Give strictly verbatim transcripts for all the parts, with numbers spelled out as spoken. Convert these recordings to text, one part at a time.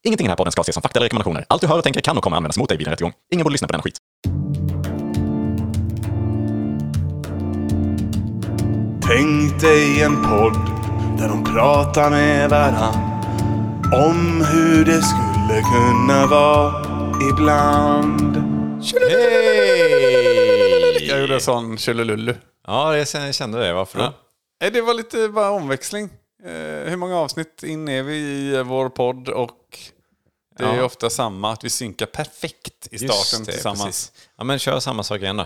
Ingenting i den här podden ska ses som fakta eller rekommendationer. Allt du hör och tänker kan och kommer användas mot dig vid en rättegång. Ingen borde lyssna på den skit. Tänk dig en podd där de pratar med varann om hur det skulle kunna vara ibland. Hej! Jag gjorde en sån tjolululu. Ja, jag kände det. Varför då? Ja. Det var lite bara omväxling. Eh, hur många avsnitt in är vi i vår podd? Och det är ja. ofta samma, att vi synkar perfekt i starten det, tillsammans. Precis. Ja, men kör samma sak igen då.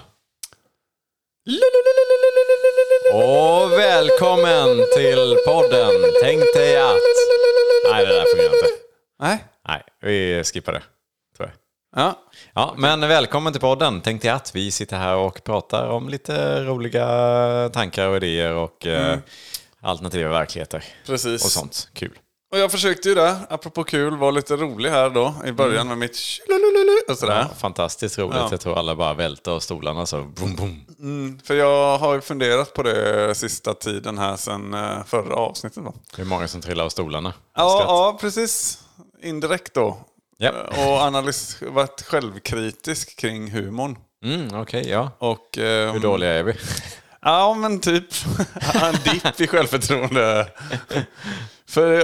Och välkommen till podden. Tänk dig att... Nej, det där fungerar inte. Nej. Nej, vi skippar det, tror jag. Ja. Ja, men välkommen till podden. Tänk dig att vi sitter här och pratar om lite roliga tankar och idéer och mm. eh, alternativa verkligheter. Precis. Och sånt. Kul. Och jag försökte ju där, apropå kul, vara lite rolig här då i början mm. med mitt och sådär. Ja, fantastiskt roligt. Ja. Jag tror alla bara välter av stolarna så boom, boom. Mm, för jag har ju funderat på det sista tiden här sedan förra avsnittet. Då. Det är många som trillar av stolarna. Ja, ja, precis. Indirekt då. Yep. Och analys varit självkritisk kring humorn. Mm, okej, okay, ja. Och, um, hur dåliga är vi? Ja, men typ en dipp i självförtroende. För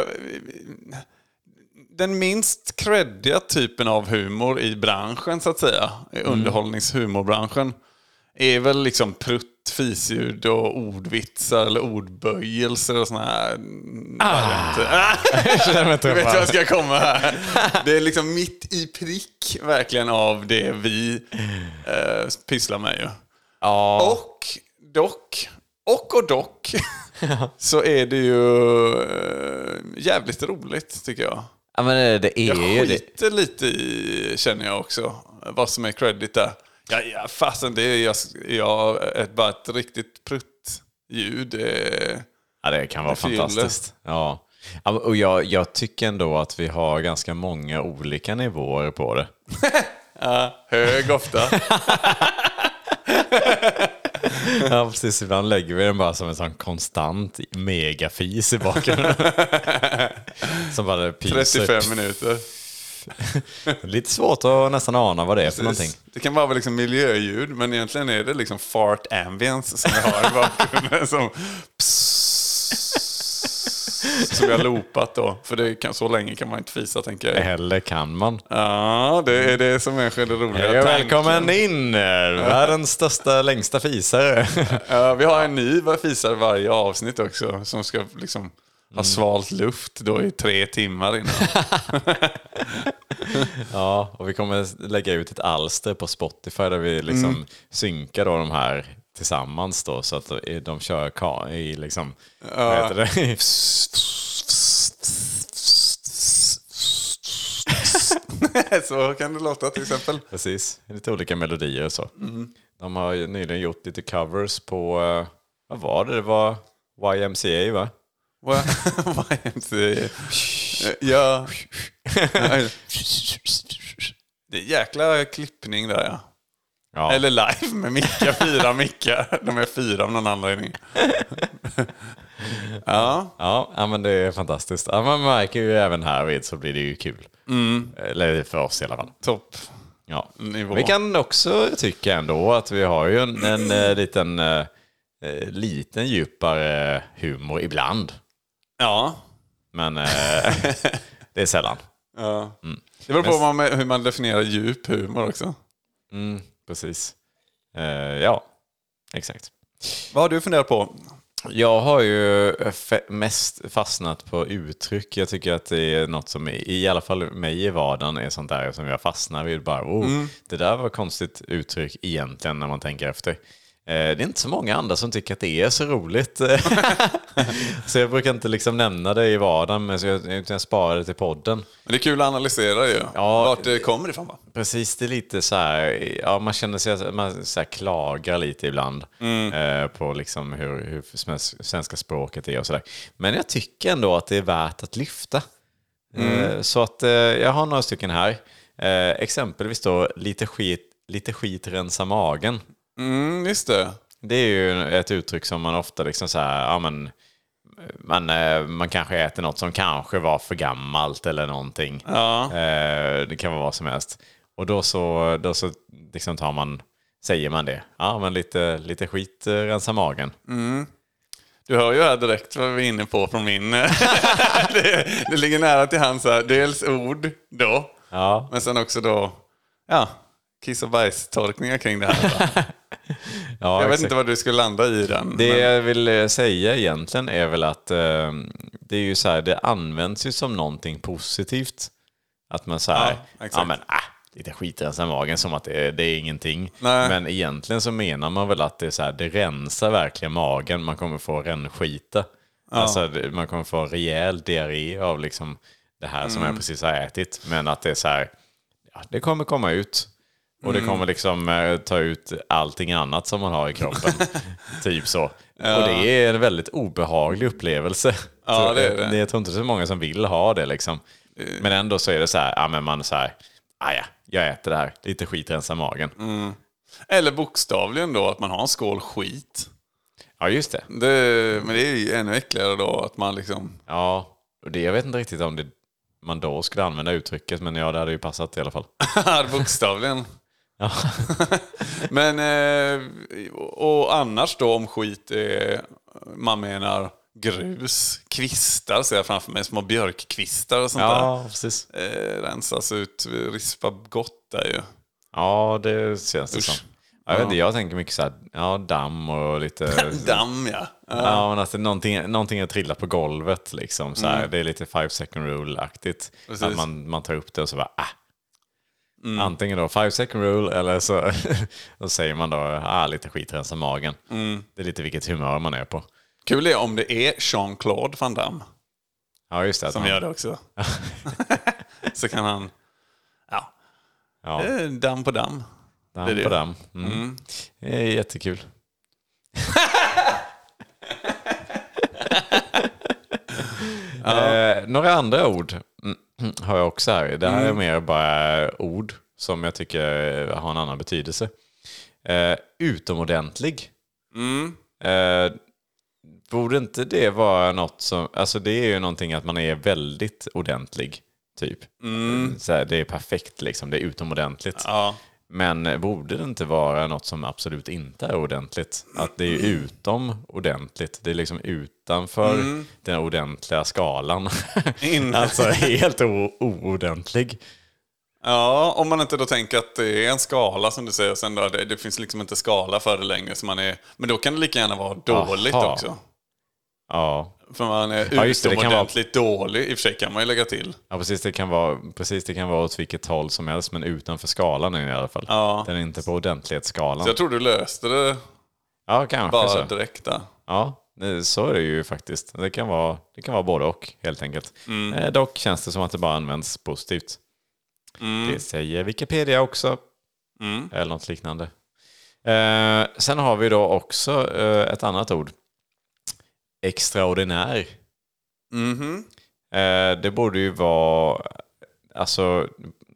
den minst creddiga typen av humor i branschen, så att säga, i mm. underhållningshumorbranschen, är väl liksom prutt, fisljud och ordvitsar eller ordböjelser och såna här. Ah. Jag vet vad jag ska komma här. Det är liksom mitt i prick verkligen av det vi eh, pysslar med ju. Ah. Och dock, och och dock så är det ju äh, jävligt roligt, tycker jag. Ja, men det, det är jag ju skiter det. lite i, känner jag också, vad som är credit där. Ja, ja fasen, det är jag, jag ett, bara ett riktigt prutt-ljud. Det, ja, det kan vara fantastiskt. Ja. Och jag, jag tycker ändå att vi har ganska många olika nivåer på det. Ja, hög ofta. Ja, precis. Ibland lägger vi den bara som en sån konstant megafis i bakgrunden. Som bara pyser. trettiofem minuter. Lite svårt att nästan ana vad det är precis. För någonting. Det kan vara liksom miljöljud, men egentligen är det liksom fart ambience som jag har i bakgrunden. Som som jag har loopat då. För det kan, så länge kan man inte fisa, tänker jag. Eller kan man? Ja, det är det som är det roliga. Hej, välkommen in! Världens största, längsta fisare. Ja, vi har en ny fisare varje avsnitt också. Som ska liksom mm. ha svalt luft då i tre timmar innan. Ja, och vi kommer lägga ut ett alster på Spotify där vi liksom mm. synkar då de här tillsammans då, så att de kör i liksom, ja. Vad heter det? Så kan det låta till exempel. Precis, lite olika melodier och så. Mm. De har ju nyligen gjort lite covers på, vad var det? Det var Y M C A, va? Y M C A. Ja. Det är jäkla klippning där, ja. Ja. Eller live med mickar, fyra mickar. De är fyra av någon anledning. Ja. Ja, men det är fantastiskt. Ja, man märker ju även här vid så blir det ju kul. Mm. Eller för oss i alla fall. Topp. Ja. Nivå. Vi kan också tycka ändå att vi har ju en, en, en liten, uh, liten djupare humor ibland. Ja. Men uh, det är sällan. Ja. Mm. Det beror på Men... hur man definierar djup humor också. Mm. Precis. Uh, ja, exakt. Vad har du funderat på? Jag har ju mest fastnat på uttryck. Jag tycker att det är något som i alla fall mig i vardagen är sånt där som jag fastnar vid. Bara, oh, mm. det där var konstigt uttryck egentligen när man tänker efter. Det är inte så många andra som tycker att det är så roligt. Så jag brukar inte liksom nämna det i vardagen, men så jag, jag sparar det till podden. Men det är kul att analysera ju. Ja, vart det kommer ifrån, va? Precis, det är lite så här, ja, man känner sig, man så här klagar lite ibland mm. eh, på liksom hur, hur svenska språket är och sådär. Men jag tycker ändå att det är värt att lyfta. Mm. Eh, så att eh, jag har några stycken här. Eh, exempelvis då, lite skit, lite skit rensa magen. Mm, just det. Det är ju ett uttryck som man ofta liksom så här, ja men man, eh, man kanske äter något som kanske var för gammalt eller någonting. Ja. Eh, det kan vara vad som helst. Och då så, då så liksom tar man, säger man det. Ja, men lite, lite skit eh, rensa magen. Mm. Du hör ju här direkt vad vi är inne på från min... det, det ligger nära till hands här. Dels ord då. Ja. Men sen också då... Ja, kiss och bajs-torkningar kring det här. Ja, jag vet exakt. inte vad du skulle landa i den. Det men... jag vill säga egentligen är väl att eh, det är ju så här, det används ju som någonting positivt. Att man så här, Ja, exakt. ja men äh, lite skitrensa magen som att det, det är ingenting. Nej. Men egentligen så menar man väl att det är så här, det rensar verkligen magen. Man kommer få rännskita. Ja. Alltså det- man kommer få rejäl diarré av liksom det här som Mm. jag precis har ätit. Men att det är så här, ja, det kommer komma ut. Och det kommer liksom eh, ta ut allting annat som man har i kroppen. Typ så. Och det är en väldigt obehaglig upplevelse. Ja, Så, det är det. det. Jag tror inte så många som vill ha det liksom. Men ändå så är det så här, ja men man så här, ah, ja, jag äter det här. Lite skit rensa magen. Eller bokstavligen då, att man har en skål skit. Ja, just det. Det, men det är ju ännu äckligare då, att man liksom... Ja, och det, jag vet inte riktigt om det, man då skulle använda uttrycket, men ja, det hade ju passat i alla fall. bokstavligen. Ja. Men, eh, och annars då om skit är, man menar grus, kvistar ser jag framför mig, små björkkvistar och sånt Ja, precis. där. Eh, rensas ut, rispa gott där ju. Ja, det känns det Usch. som. Jag, vet inte, jag tänker mycket så här, ja, damm och lite... Damm, ja. Ja, men alltså någonting, någonting att trilla på golvet liksom. Så här, det är lite five second rule-aktigt. Precis. Att man, man tar upp det och så bara, ah. Antingen då five second rule eller så då säger man då, ah, lite skitrensa magen. Det är lite vilket humör man är på. Kul är om det är Jean-Claude Van Damme Ja, just det. Att som man, gör det också. Så kan han, ja, ja, det är damm på damm. damm det är det. på damm. Mm. Det är jättekul. eh, några andra ord mm, har jag också här. Det här är mer bara ord som jag tycker har en annan betydelse. Eh, utomordentlig. Eh, borde inte det vara något som... Alltså det är ju någonting att man är väldigt ordentlig, typ. Så här, det är perfekt liksom, det är utomordentligt. Ja. Men borde det inte vara något som absolut inte är ordentligt? Att det är utom ordentligt. Det är liksom utanför den ordentliga skalan. In. Alltså helt o- oordentlig. Ja, om man inte då tänker att det är en skala som du säger, och sen då, det, det finns liksom inte skala för det längre, så man är, men då kan det lika gärna vara dåligt Aha. också. Ja. För man är Ja, just det, det kan utomordentligt dålig, i och för sig kan man ju lägga till. Ja, precis. Det kan vara, precis, det kan vara åt vilket håll som helst, men utanför skalan är det i alla fall. Ja. Den är inte på ordentlighetsskalan. Så jag tror du löste det Ja, kanske bara så. direkt där. Ja, det- så är det ju faktiskt. Det kan vara, det kan vara både och, helt enkelt. Mm. Eh, dock känns det som att det bara används positivt. Det säger Wikipedia också. Mm. Eller något liknande. Eh, sen har vi då också eh, ett annat ord. Extraordinär. Mhm. Eh, det borde ju vara... Alltså...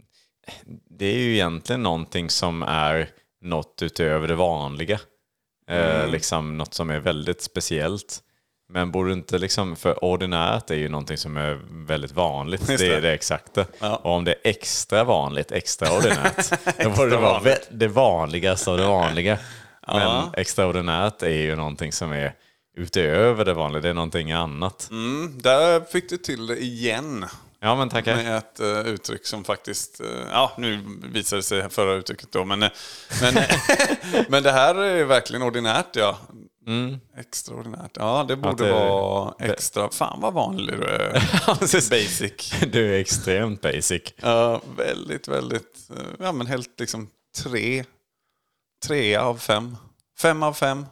Det är ju egentligen någonting som är något utöver det vanliga. Eh, liksom något som är väldigt speciellt. Men borde inte liksom... För ordinärt är ju någonting som är väldigt vanligt. Just Det är det. det exakta. Ja. Och om det är extra vanligt, extraordinärt, då borde det vara vanligt. vä- det vanligaste av det vanliga. Ja. Men extraordinärt är ju någonting som är utöver det vanliga. Det är någonting annat. Mm, där fick du till det igen. Ja, men tackar. Med ett uh, uttryck som faktiskt... Uh, ja, nu visade det sig förra uttrycket då. Men, uh, men, men det här är verkligen ordinärt, ja. Mm. Extraordinärt. Ja, det borde det- vara extra... Fan vad vanlig du är. Basic. Du är extremt basic. Ja, väldigt, väldigt... uh, Ja, men helt liksom tre. Tre av fem. Fem av fem.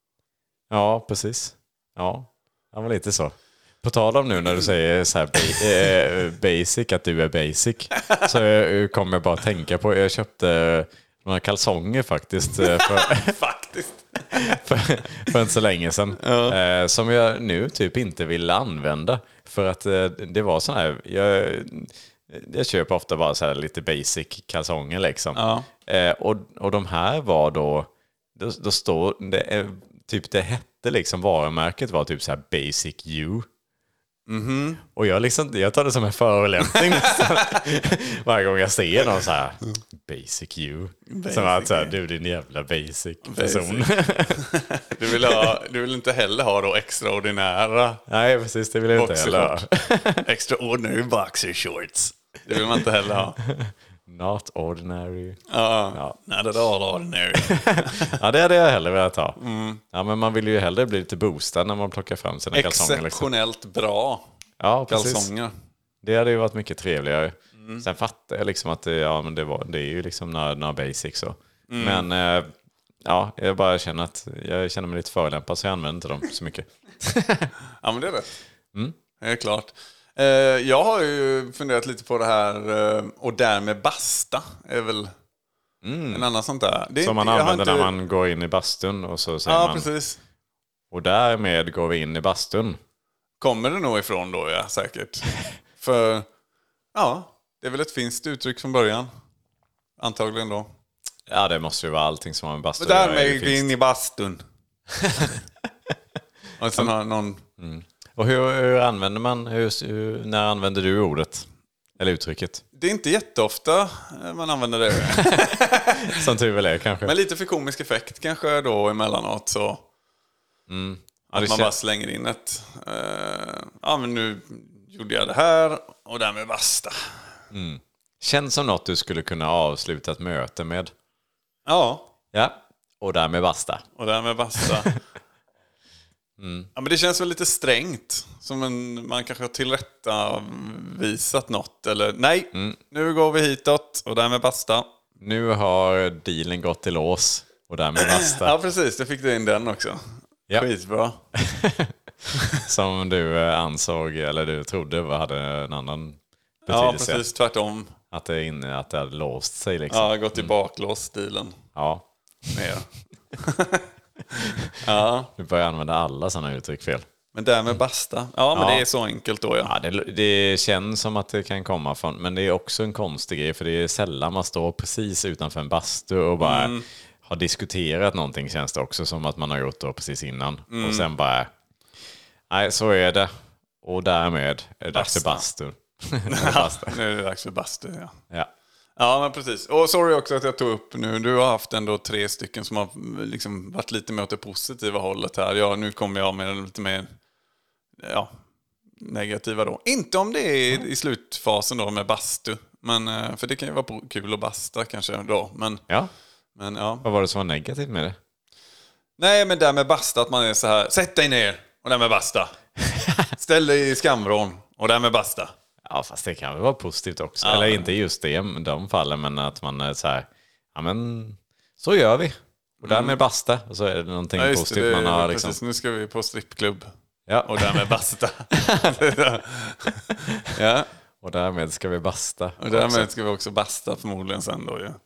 Ja, precis. Ja, ja, men lite så. På tal om nu när du säger så här ba- eh, basic, att du är basic, så eh, kommer jag bara att tänka på, jag köpte några kalsonger faktiskt eh, för, Faktiskt. för, för inte så länge sedan. Eh, som jag nu typ inte ville använda. För att eh, det var så här, jag, jag köper ofta bara så här lite basic kalsonger liksom. Ja. Eh, och, och de här var då, då, då står det, är, typ det hette hette liksom, varumärket var typ så här Basic You. Mm-hmm. Och jag, liksom, jag tar det som en förolämpning nästan. Varje gång jag ser någon så här Basic You. Basic som att så här, du din jävla basic person. Basic. du, vill ha, du vill inte heller ha då extraordinära. Nej, precis, det vill jag inte heller ha. Extraordinary boxer shorts. Det vill man inte heller ha. Not ordinary. Ja, ja. Not at all ordinary. Ja, det hade jag hellre velat ha. Mm. Ja, men man vill ju hellre bli lite boostad när man plockar fram sina kalsonger. Exceptionellt liksom. Bra ja, kalsonger. Det hade ju varit mycket trevligare. Mm. Sen fattar jag liksom att det, ja, men det, var, det är ju liksom några, några basics. Så. Mm. Men eh, ja, jag bara känner att jag känner mig lite förolämpad så jag använder inte dem så mycket. Ja, men det är rätt. Mm. Det är klart. Eh, jag har ju funderat lite på det här eh, och därmed basta är väl mm. en annan sånt där. Det är som inte, man använder inte... när man går in i bastun och så säger ja, man. Precis. Och därmed går vi in i bastun. Kommer det nog ifrån då, ja, säkert. För, ja, det är väl ett finskt uttryck från början. Antagligen då. Ja, det måste ju vara allting som har med bastun. Och därmed går vi in i bastun. Och sen har någon... Mm. Och hur, hur använder man, hur, hur, när använder du ordet? Eller uttrycket? Det är inte jätteofta man använder det. Som tur väl är kanske. Men lite för komisk effekt kanske då emellanåt så... Mm. Ja, att man kän... bara slänger in ett... Uh, ja, men nu gjorde jag det här och därmed basta. Mm. Känns som något du skulle kunna avsluta ett möte med. Ja. Ja, och därmed basta. Och därmed basta. Mm. Ja, men det känns väl lite strängt. Som en, man kanske har tillrättavisat något. Eller nej, mm. nu går vi hitåt och därmed basta. Nu har dealen gått till lås och därmed basta. Ja, precis. Jag fick du in den också. Ja. Skitbra. Som du ansåg, eller du trodde hade en annan betydelse. Ja, precis. Tvärtom. Att det, inne, att det hade låst sig liksom. Ja, gått i baklåsstilen. Ja. Mer. Ja. Du börjar använda alla sådana uttryck fel. Men därmed basta. Ja, men ja. Det är så enkelt då, ja. Ja, det, det känns som att det kan komma från... Men det är också en konstig grej, för det är sällan man står precis utanför en bastu och bara mm. har diskuterat någonting, känns det också som att man har gjort det precis innan. Mm. Och sen bara... Nej, så är det. Och därmed är det dags för bastu. Ja, nu är det dags för bastu, ja. Ja. Ja, men precis. Och sorry också att jag tog upp nu. Du har haft ändå tre stycken som har liksom varit lite mer åt det positiva hållet här. Ja, nu kommer jag med lite mer ja, negativa då. Inte om det är i slutfasen då med bastu. Men, för det kan ju vara kul att basta kanske då. Men, ja. Men, ja. Vad var det som var negativt med det? Nej, men där med basta, att man är så här, sätt dig ner och där med basta. Ställ dig i skamvrån och där med basta. Ja, fast det kan väl vara positivt också. Ja. Eller inte just det, de fallen, men att man är så här, ja men så gör vi. Och därmed mm. basta. Och så är det någonting ja, positivt det, man har precis, liksom. Nu ska vi på strippklubb. Ja. Och därmed basta. Ja. Och därmed ska vi basta. Och därmed också. Ska vi också basta förmodligen sen då, ja.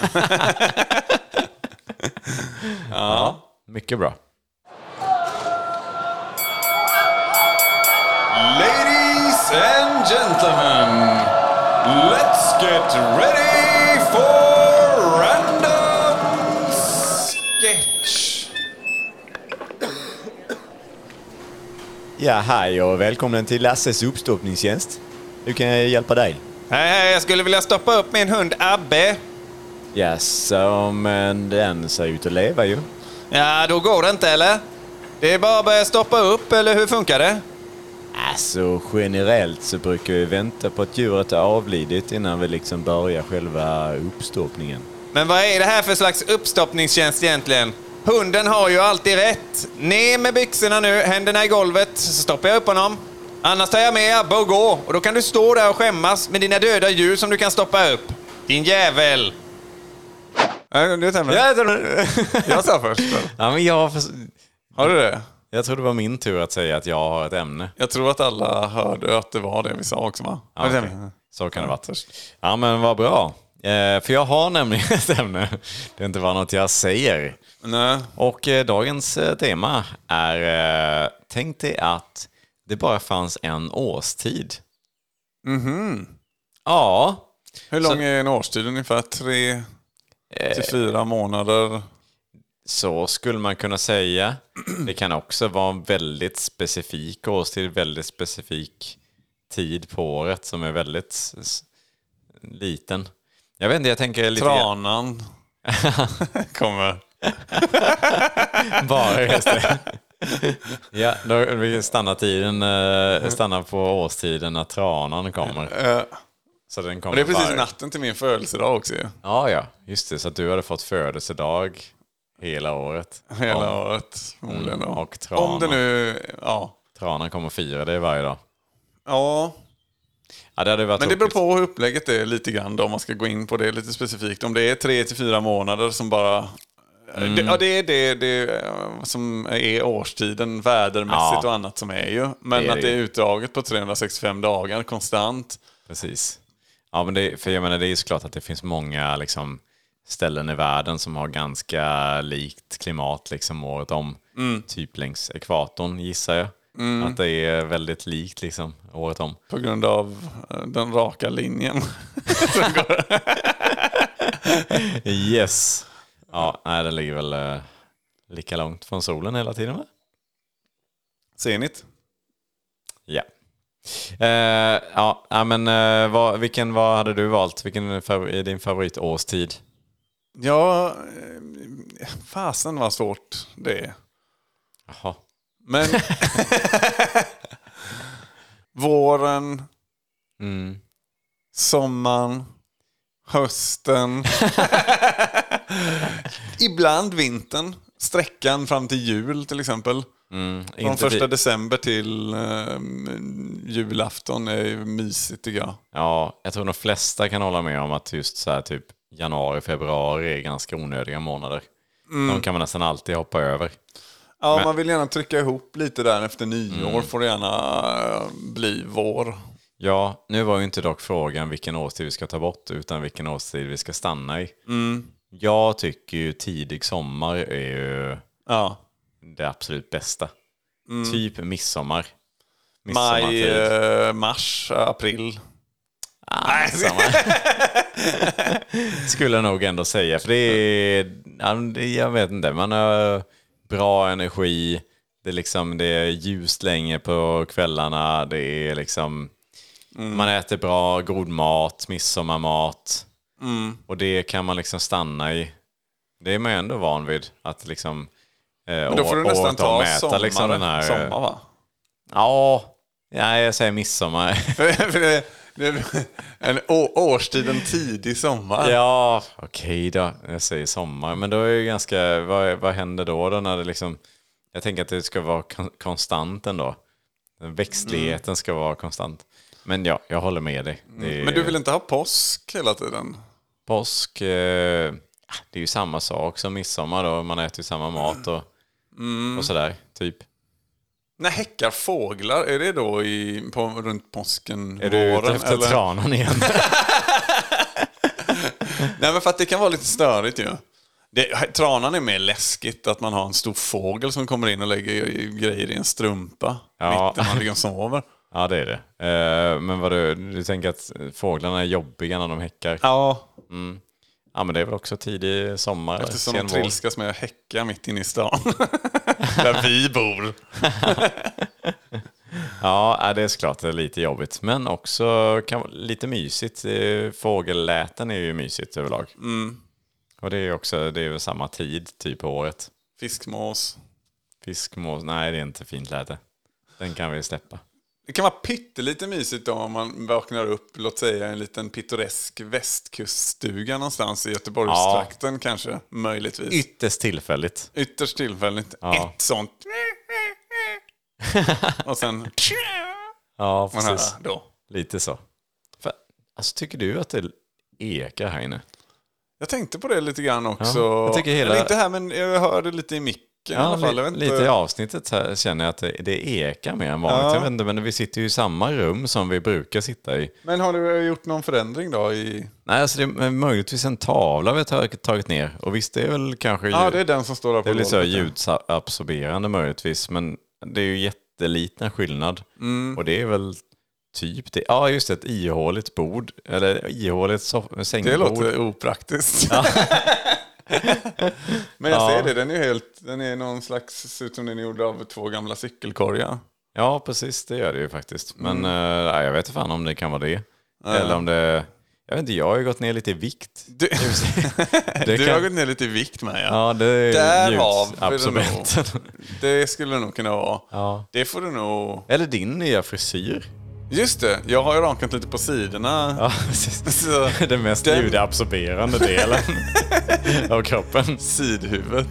Ja. Ja, mycket bra. Ladies and gentlemen, let's get ready for random sketch. Ja, hej och välkommen till Lasses uppstoppningstjänst. Hur kan jag hjälpa dig? Hej, hej, jag skulle vilja stoppa upp min hund Abbe. Ja, så, men den ser ut att leva ju. Ja, då går det inte, eller? Det är bara att börja stoppa upp, eller hur funkar det? Alltså, generellt så brukar vi vänta på att djuret är avlidit innan vi liksom börjar själva uppstoppningen. Men vad är det här för slags uppstoppningstjänst egentligen? Hunden har ju alltid rätt. Ner med byxorna nu, händerna i golvet, så stoppar jag upp honom. Annars tar jag med Abbe och gå. Och då kan du stå där och skämmas med dina döda djur som du kan stoppa upp. Din jävel! Ja, det är jag, tror... jag sa först. Ja, men jag... Har du det? Jag tror det var min tur att säga att jag har ett ämne. Jag tror att alla hörde att det var det vi sa också, va? Ja, okay. Så kan det vara. Ja, men vad bra. Eh, för jag har nämligen ett ämne. Det är inte bara något jag säger. Nej. Och eh, dagens eh, tema är... Eh, tänk dig att det bara fanns en årstid. Mhm. Ja. Hur lång så, är en årstid? Ungefär tre till fyra månader? Så skulle man kunna säga. Det kan också vara en väldigt specifik årstid, väldigt specifik tid på året som är väldigt s- liten. Jag vet inte, jag tänker lite... Tranan kommer. Bara just det. Ja, då vi stannar tiden, eh, stannar på årstiden när tranan kommer. Uh, Så den kommer och det är precis var... natten till min födelsedag också ju. Ja, ja, just det. Så att du hade fått födelsedag hela året. Hela Om- året. Mm, och tranan. Om det nu, ja. Tranan kommer fira det varje dag. Ja, Ja, det hade varit men det beror tråkigt. på hur upplägget är lite grann då, om man ska gå in på det lite specifikt. Om det är tre till fyra månader som bara... Mm. Det, ja, det är det, det som är årstiden, vädermässigt Ja. och annat som är ju. Men Det är att det är det. utdraget på trehundrasextiofem dagar konstant. Precis. Ja, men det, för jag menar, det är ju såklart att det finns många liksom, ställen i världen som har ganska likt klimat liksom, året om. Mm. Typ längs ekvatorn, gissar jag. Att det är väldigt likt liksom, året om. På grund av eh, den raka linjen. Yes. Ja, nej, den ligger väl eh, lika långt från solen hela tiden, va? Zenit. Ja. Eh, ja, ja, men eh, vad, vilken vad hade du valt? Vilken är din favoritårstid? Ja, eh, fasen var svårt det är. Jaha. Men våren, Mm. sommaren, hösten, ibland vintern, sträckan fram till jul till exempel. Mm. Från Inte första vi- december till eh, julafton är ju mysigt tycker jag. Ja, jag tror de flesta kan hålla med om att just så här typ januari, februari är ganska onödiga månader. De kan man nästan alltid hoppa över. Ja, Men- man vill gärna trycka ihop lite där efter nyår, får det gärna eh, bli vår. Ja, nu var ju inte dock frågan vilken årstid vi ska ta bort utan vilken årstid vi ska stanna i. Jag tycker ju tidig sommar är ju Ja. det absolut bästa. Typ midsommar. Maj, Midsommartid. eh, mars, april. Ah, midsommar. Skulle jag nog ändå säga. För det är, ja, det- jag vet inte, man har bra energi. Det är liksom, det är ljust länge på kvällarna. Det är liksom, man äter bra, god mat, midsommarmat. Och det kan man liksom stanna i. Det är man ju ändå van vid. Att liksom, eh, Men då får du å- nästan året om ta äta sommar, liksom den här, sommar va? Ja, ja, jag säger midsommar. För det, det är en å, årstiden tidig sommar. Ja, okej då. Jag säger sommar. Men då är det ganska... Vad, vad händer då, då när det liksom... Jag tänker att det ska vara kon- konstant ändå. Växtligheten ska vara konstant. Men ja, jag håller med dig. Det är, Men du vill inte ha påsk hela tiden? Påsk... Eh, det är ju samma sak som midsommar då. Man äter ju samma mat och, och sådär, typ. När häckar fåglar, är det då i, på, runt påsken? Är du ute våren, efter eller? tranan igen? Nej, men för att det kan vara lite störigt ju. Det, tranan är mer läskigt, att man har en stor fågel som kommer in och lägger grejer i en strumpa. Ja. Mitt när man ligger och sover. Ja, det är det. Eh, men vad du, du tänker att fåglarna är jobbiga när de häckar? Ja, Ja, men det är väl också tidig sommar. eftersom sen de vår. trilskas med att häcka mitt inne i stan. Där vi bor. Ja, det är såklart det är lite jobbigt. Men också kan vara lite mysigt. Eh, Fågelläten är ju mysigt överlag. Och det är också det är väl samma tid typ på året. Fiskmås. Fiskmås, nej det är inte fint läte. Den kan vi släppa. Det kan vara pyttelite mysigt då om man vaknar upp, låt säga en liten pittoresk västkuststuga någonstans i Göteborgstrakten kanske, möjligtvis. Ytterst tillfälligt. Ytterst tillfälligt. Ja. Ett sånt. Och sen Ja, man hör precis. då. Lite så. För, alltså, tycker du att det ekar här inne? Jag tänkte på det lite grann också. Ja, jag tycker hela- Eller inte här, men jag hör det lite i micken i Ja, alla fall. Jag vet li- inte. lite i avsnittet här känner jag att det, det ekar mer än vanligt. Ja. Jag vet inte, men vi sitter ju i samma rum som vi brukar sitta i. Men har du gjort någon förändring då? I... Nej, alltså det är möjligtvis en tavla vi har tagit, tagit ner. Och visst, det är väl kanske... Ja, ljud- det är den som står där på det är lite så golvet. ljudsabsorberande möjligtvis. Men det är ju jätteliten skillnad. Mm. Och det är väl typ det. Ja, just det, ett ihåligt bord. Eller ihåligt soff- Det sängbord. låter opraktiskt. Men jag Ja. ser det, den är helt, den är någon slags, ser ut som den är gjord av två gamla cykelkorgar. Ja, precis. Det gör det ju faktiskt. Men Mm. eh, jag vet inte fan om det kan vara det. Eller om det... Jag vet inte, jag har ju gått ner lite i vikt. Du, Det du kan- har gått ner lite i vikt med, ja. Ja, det är Där har vi det ljudsabsorbenten. Det skulle nog kunna vara. Ja. Det får du nog... Eller din nya frisyr. Just det, jag har ju rakat lite på sidorna. Ja, precis. Så, Den mest Den- ljudabsorberande delen av kroppen. sidhuvudet.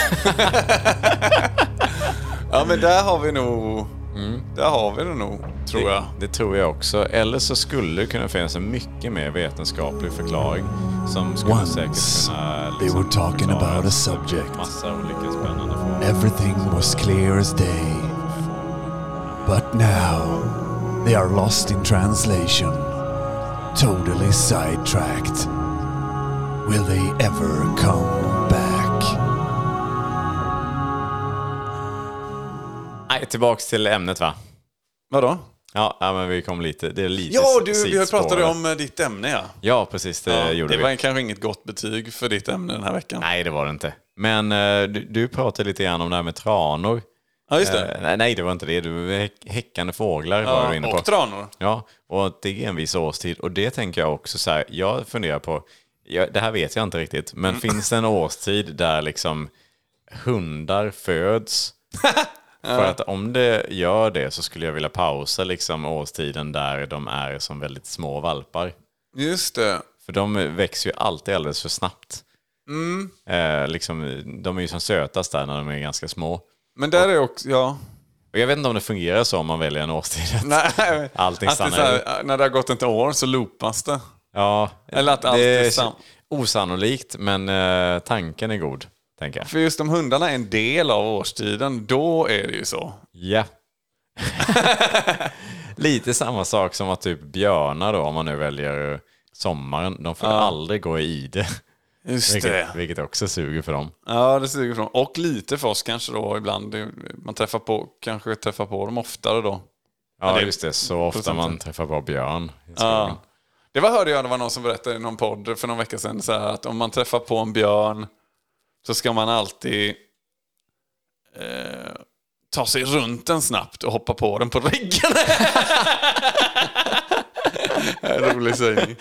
Ja, men där har vi nog... Där har vi det nog, tror jag. Det, det tror jag också. Eller så skulle det kunna finnas en mycket mer vetenskaplig förklaring som skulle Once säkert kunna... they were talking förklara about a subject. Massa olika spännande frågor. Everything was clear as day. But now, they are lost in translation. Totally sidetracked. Will they ever come back? Nej, tillbaks till ämnet va? Vadå? Ja, ja, men vi kom lite... Det är lite Ja, du, vi sidospår. pratade om eh, ditt ämne, ja. Ja, precis. Det ja gjorde det vi. var kanske inget gott betyg för ditt ämne den här veckan. Nej, det var det inte. Men eh, du, du pratade lite grann om det här med tranor. Ja, just det. Eh, nej, nej, det var inte det. Du, häck- häckande fåglar var du inne på. och tranor. Ja, och det är en viss årstid. Och det tänker jag också så här, jag funderar på, jag, det här vet jag inte riktigt, men finns det en årstid där liksom hundar föds? För att om det gör det så skulle jag vilja pausa liksom årstiden där de är som väldigt små valpar. Just det. För de växer ju alltid alldeles för snabbt. Eh, liksom, de är ju som sötast där när de är ganska små. Men där är också, ja. Och jag vet inte om det fungerar så om man väljer en årstid. Nej, Allting att det är stannar så här, när det har gått ett år så loopas det. Ja, Eller att allt det är är sam- osannolikt, men eh, tanken är god, tänker jag. För just om hundarna är en del av årstiden, då är det ju så. Ja. Lite samma sak som att typ björnar då, om man nu väljer sommaren, de får aldrig gå i ide. Just Vilket, vilket också suger för dem. Ja, det suger från. Och lite för oss kanske då ibland. Det- Man träffar på, kanske träffar på dem oftare då. Ja, det är just det. Så ofta procent. man träffar på björn i skogen. Ja. Det var, hörde jag, det var någon som berättade i någon podd för någon vecka sedan så här, att om man träffar på en björn så ska man alltid eh, ta sig runt den snabbt och hoppa på den på ryggen. En rolig sägning.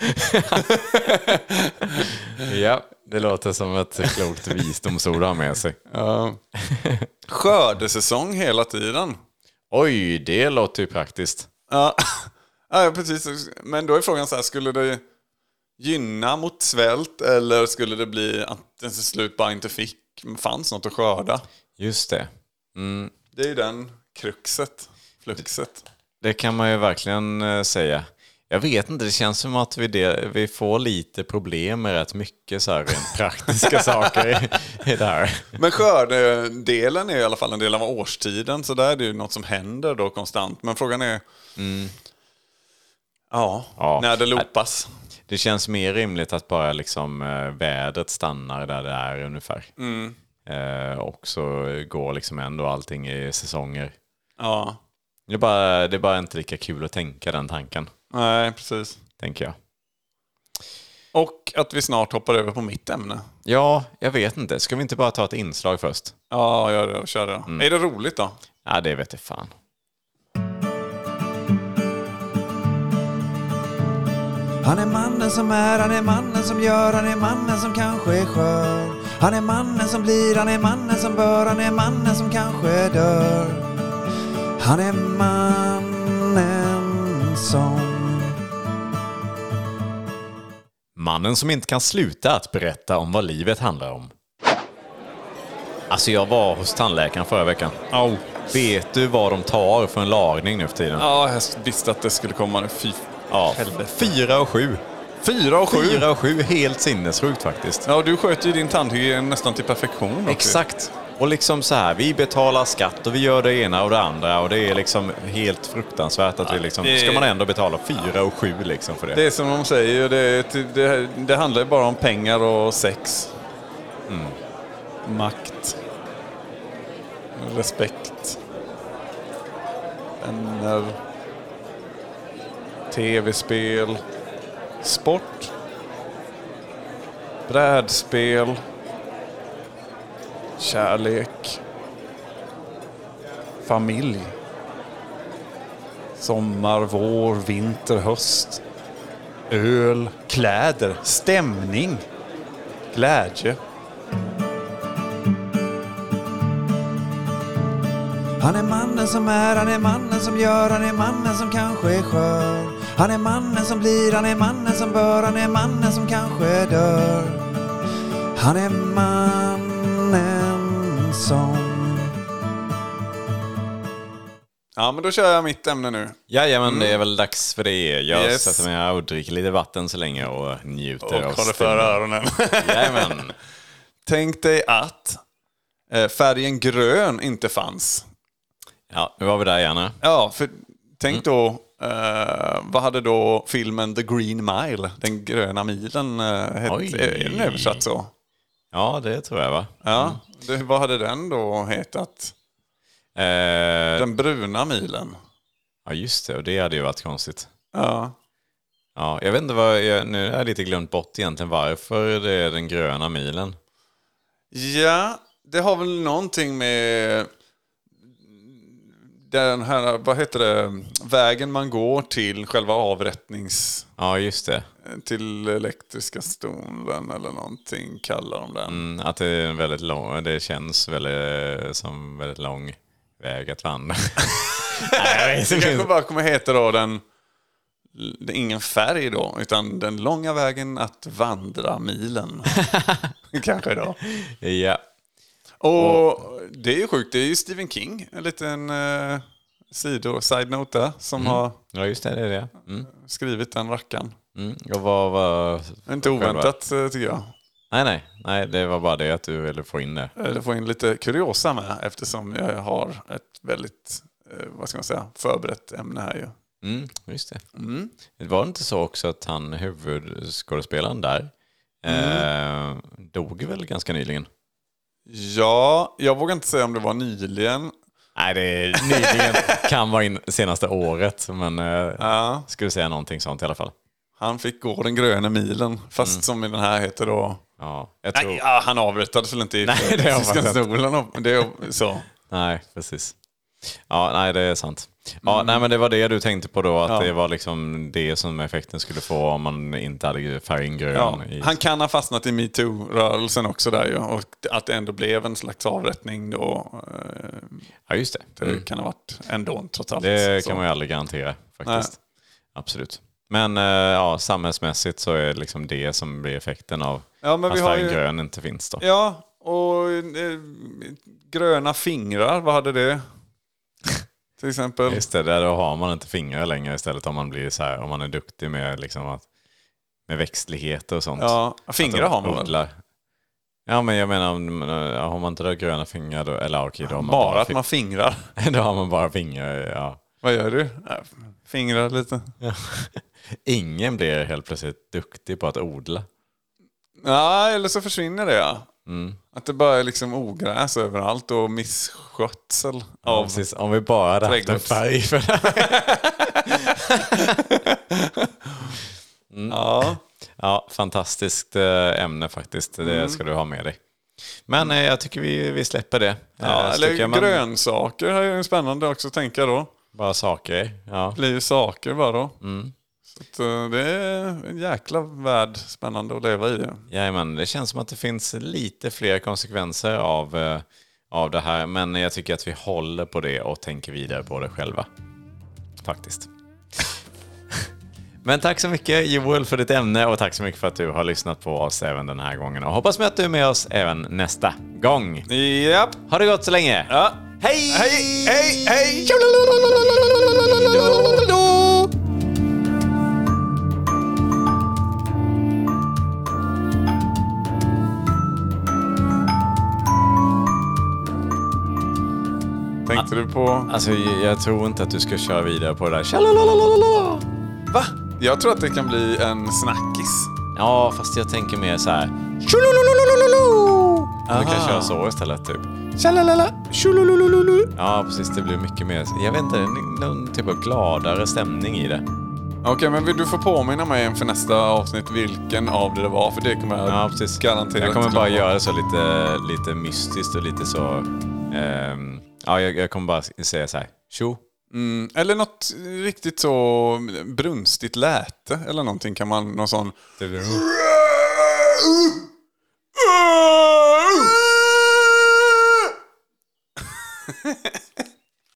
Ja, det låter som ett klokt visdomsord att ha med sig. Ja. Skördesäsong hela tiden. Oj, det låter ju praktiskt. Ja. Ja, precis. Men då är frågan så här, skulle det gynna mot svält eller skulle det bli att den till slut bara inte fick, fanns något att skörda? Just det. Mm, Det är ju den kruxet, fluxet. det kan man ju verkligen eh, säga. Jag vet inte, det känns som att vi, det, vi får lite problem med rätt mycket så här rent praktiska saker i, i det här. Men skördedelen är i alla fall en del av årstiden, så där är det ju något som händer då konstant. Men frågan är, ja, Ja. när det lopas. Det känns mer rimligt att bara liksom eh, vädret stannar där det är ungefär. Eh, och så går liksom ändå allting i säsonger. Ja, Det är, bara, det är bara inte lika kul att tänka den tanken, nej, precis. tänker jag. Och att vi snart hoppar över på mitt ämne. Ja, jag vet inte. Ska vi inte bara ta ett inslag först? Ja, gör det. Kör det. Mm. Är det roligt då? Ja, det vet jag fan. Han är mannen som är, han är mannen som gör, han är mannen som kanske är skör. Han är mannen som blir, han är mannen som bör, han är mannen som kanske dör. Han är mannen som... Mannen som inte kan sluta att berätta om vad livet handlar om. Alltså jag var hos tandläkaren förra veckan. Oh. Vet du vad de tar för en lagning nu för tiden? Ja, jag visste att det skulle komma nu. Fy. Ja, helvete. fyra och sju. Fyra och sju. Fyra och sju, helt sinnessjukt faktiskt. Ja, du sköter ju din tandhygien nästan till perfektion också. Exakt. Och liksom så här, vi betalar skatt och vi gör det ena och det andra och det är liksom helt fruktansvärt att vi liksom, det- ska man ändå betala fyra och sju liksom för det. Det är som de säger, det, det, det handlar ju bara om pengar och sex. Mm. Makt. Respekt. Vänner. Tv-spel. Sport. Brädspel. kärlek, familj, sommar, vår, vinter, höst, öl, kläder, stämning, glädje. Han är mannen som är, han är mannen som gör, han är mannen som kanske är skör. Han är mannen som blir, han är mannen som bör, han är mannen som kanske dör. Han är mannen som... Ja, men då kör jag mitt ämne nu. Jajamän, mm. det är väl dags för det. Jag Yes. sätter mig här och dricker lite vatten så länge och njuter Och av håller för stämningen. öronen. Jajamän. Tänk dig att eh, färgen grön inte fanns. Ja, nu var vi där gärna. Ja, för tänk då, eh, vad hade då filmen The Green Mile, den gröna milen, eh, hette, Oj. är den översatt så? Ja, det tror jag va? Ja, det, vad hade den då hetat? Eh, Den bruna milen. ja, just det. Och det hade ju varit konstigt. Ja. Ja, jag vet inte vad, jag, nu har jag lite glömt bort egentligen varför det är den gröna milen. Ja, det har väl någonting med den här, vad heter det, vägen man går till själva avrättnings... Ja, just det. Till elektriska stolen eller någonting kallar de den. Mm, att det är en väldigt lång, det känns väldigt, som väldigt lång väg att vandra. Nej, det kanske bara kommer heta då den, det är ingen färg då, utan den långa vägen att vandra milen. Kanske då. Ja. Och det är ju sjukt, det är ju Stephen King, en liten uh, sido, side note där, som Mm. har Ja, just det, det är det. Mm. skrivit den rackan. Mm. Och vad var... Inte oväntat uh, tycker jag. Nej, nej. Nej, det var bara det att du ville få in det. Eller få in lite kuriosa med, eftersom jag har ett väldigt, uh, vad ska man säga, förberett ämne här ju. Mm, just det. Mm. Det var inte så också att han, huvudskådespelaren där, mm. eh, dog väl ganska nyligen? Ja, jag vågar inte säga om det var nyligen. Nej, det är nyligen. Kan vara in senaste året, men eh, Ja. skulle säga någonting sånt i alla fall. Han fick gå den gröna milen, fast mm. som i den här heter då... Ja, jag tror... Nej, ja, han avrättades väl inte i Nej, det har Tyska stolen. Det är så. Nej, precis. Ja, nej, det är sant. Ja, Mm. nej, men det var det du tänkte på då, att Ja. det var liksom det som effekten skulle få om man inte hade färgen grön. Ja, I... han kan ha fastnat i MeToo-rörelsen också där ju, och att det ändå blev en slags avrättning då. Ja, just det. Det Mm. kan ha varit ändå trots allt. Det så. kan man ju aldrig garantera faktiskt. Nej. Absolut. Men eh, ja, samhällsmässigt så är det liksom det som blir effekten av Ja, men att vi har färgen ju... grön inte finns då. Ja, och eh, gröna fingrar, vad hade det? Till exempel. Just det, där då har man inte fingrar längre istället om man blir så här, om man är duktig med liksom att med växtlighet och sånt. Ja, fingrar har man odlar. Väl? Ja, men jag menar, har man inte då gröna fingrar då, eller okej, då har man bara, bara att man fingrar. då har man bara fingrar, ja. Vad gör du? Fingrar lite. Ja. Ingen blir helt plötsligt duktig på att odla. Ja, eller så försvinner det, ja. Mm. Att det bara är liksom ogräs överallt och misskötsel Ja, av... precis. Om vi bara hade haft en färg för det. mm. Ja. Ja, fantastiskt ämne faktiskt. Det Mm. ska du ha med dig. Men eh, jag tycker vi, vi släpper det. Ja, eh, eller man... grönsaker är ju spännande också att tänka då. Bara saker, ja. Det blir ju saker bara då. Mm. Så att, uh, det är en jäkla värld spännande att leva i det. Jajamän, det känns som att det finns lite fler konsekvenser av, eh, av det här. Men jag tycker att vi håller på det och tänker vidare på det själva. Faktiskt. Men tack så mycket Joel för ditt ämne och tack så mycket för att du har lyssnat på oss även den här gången. Och hoppas med att du är med oss även nästa gång. Japp. Ha det gott så länge. Ja. Hej! Hej, hej, hej! Tänkte du på... Alltså, jag tror inte att du ska köra vidare på det där. Tjalalalala. Va? Jag tror att det kan bli en snackis. Ja, fast jag tänker mer så här. Tjalalalala. Du kan Aha. köra så istället typ. Tjalalala. Tjolololololo. Ja, precis. Det blir mycket mer. Jag vet inte, någon typ av gladare stämning i det. Okej, men vill du få påminna mig inför nästa avsnitt vilken av det det var? För det kommer jag Ja, precis. garantera. Jag kommer inte bara glömma. göra det så lite, lite mystiskt och lite så... ehm, ja, jag, jag kommer bara säga så här. Tjo. Mm, eller något riktigt så brunstigt läte. Eller någonting kan man... Någon sån...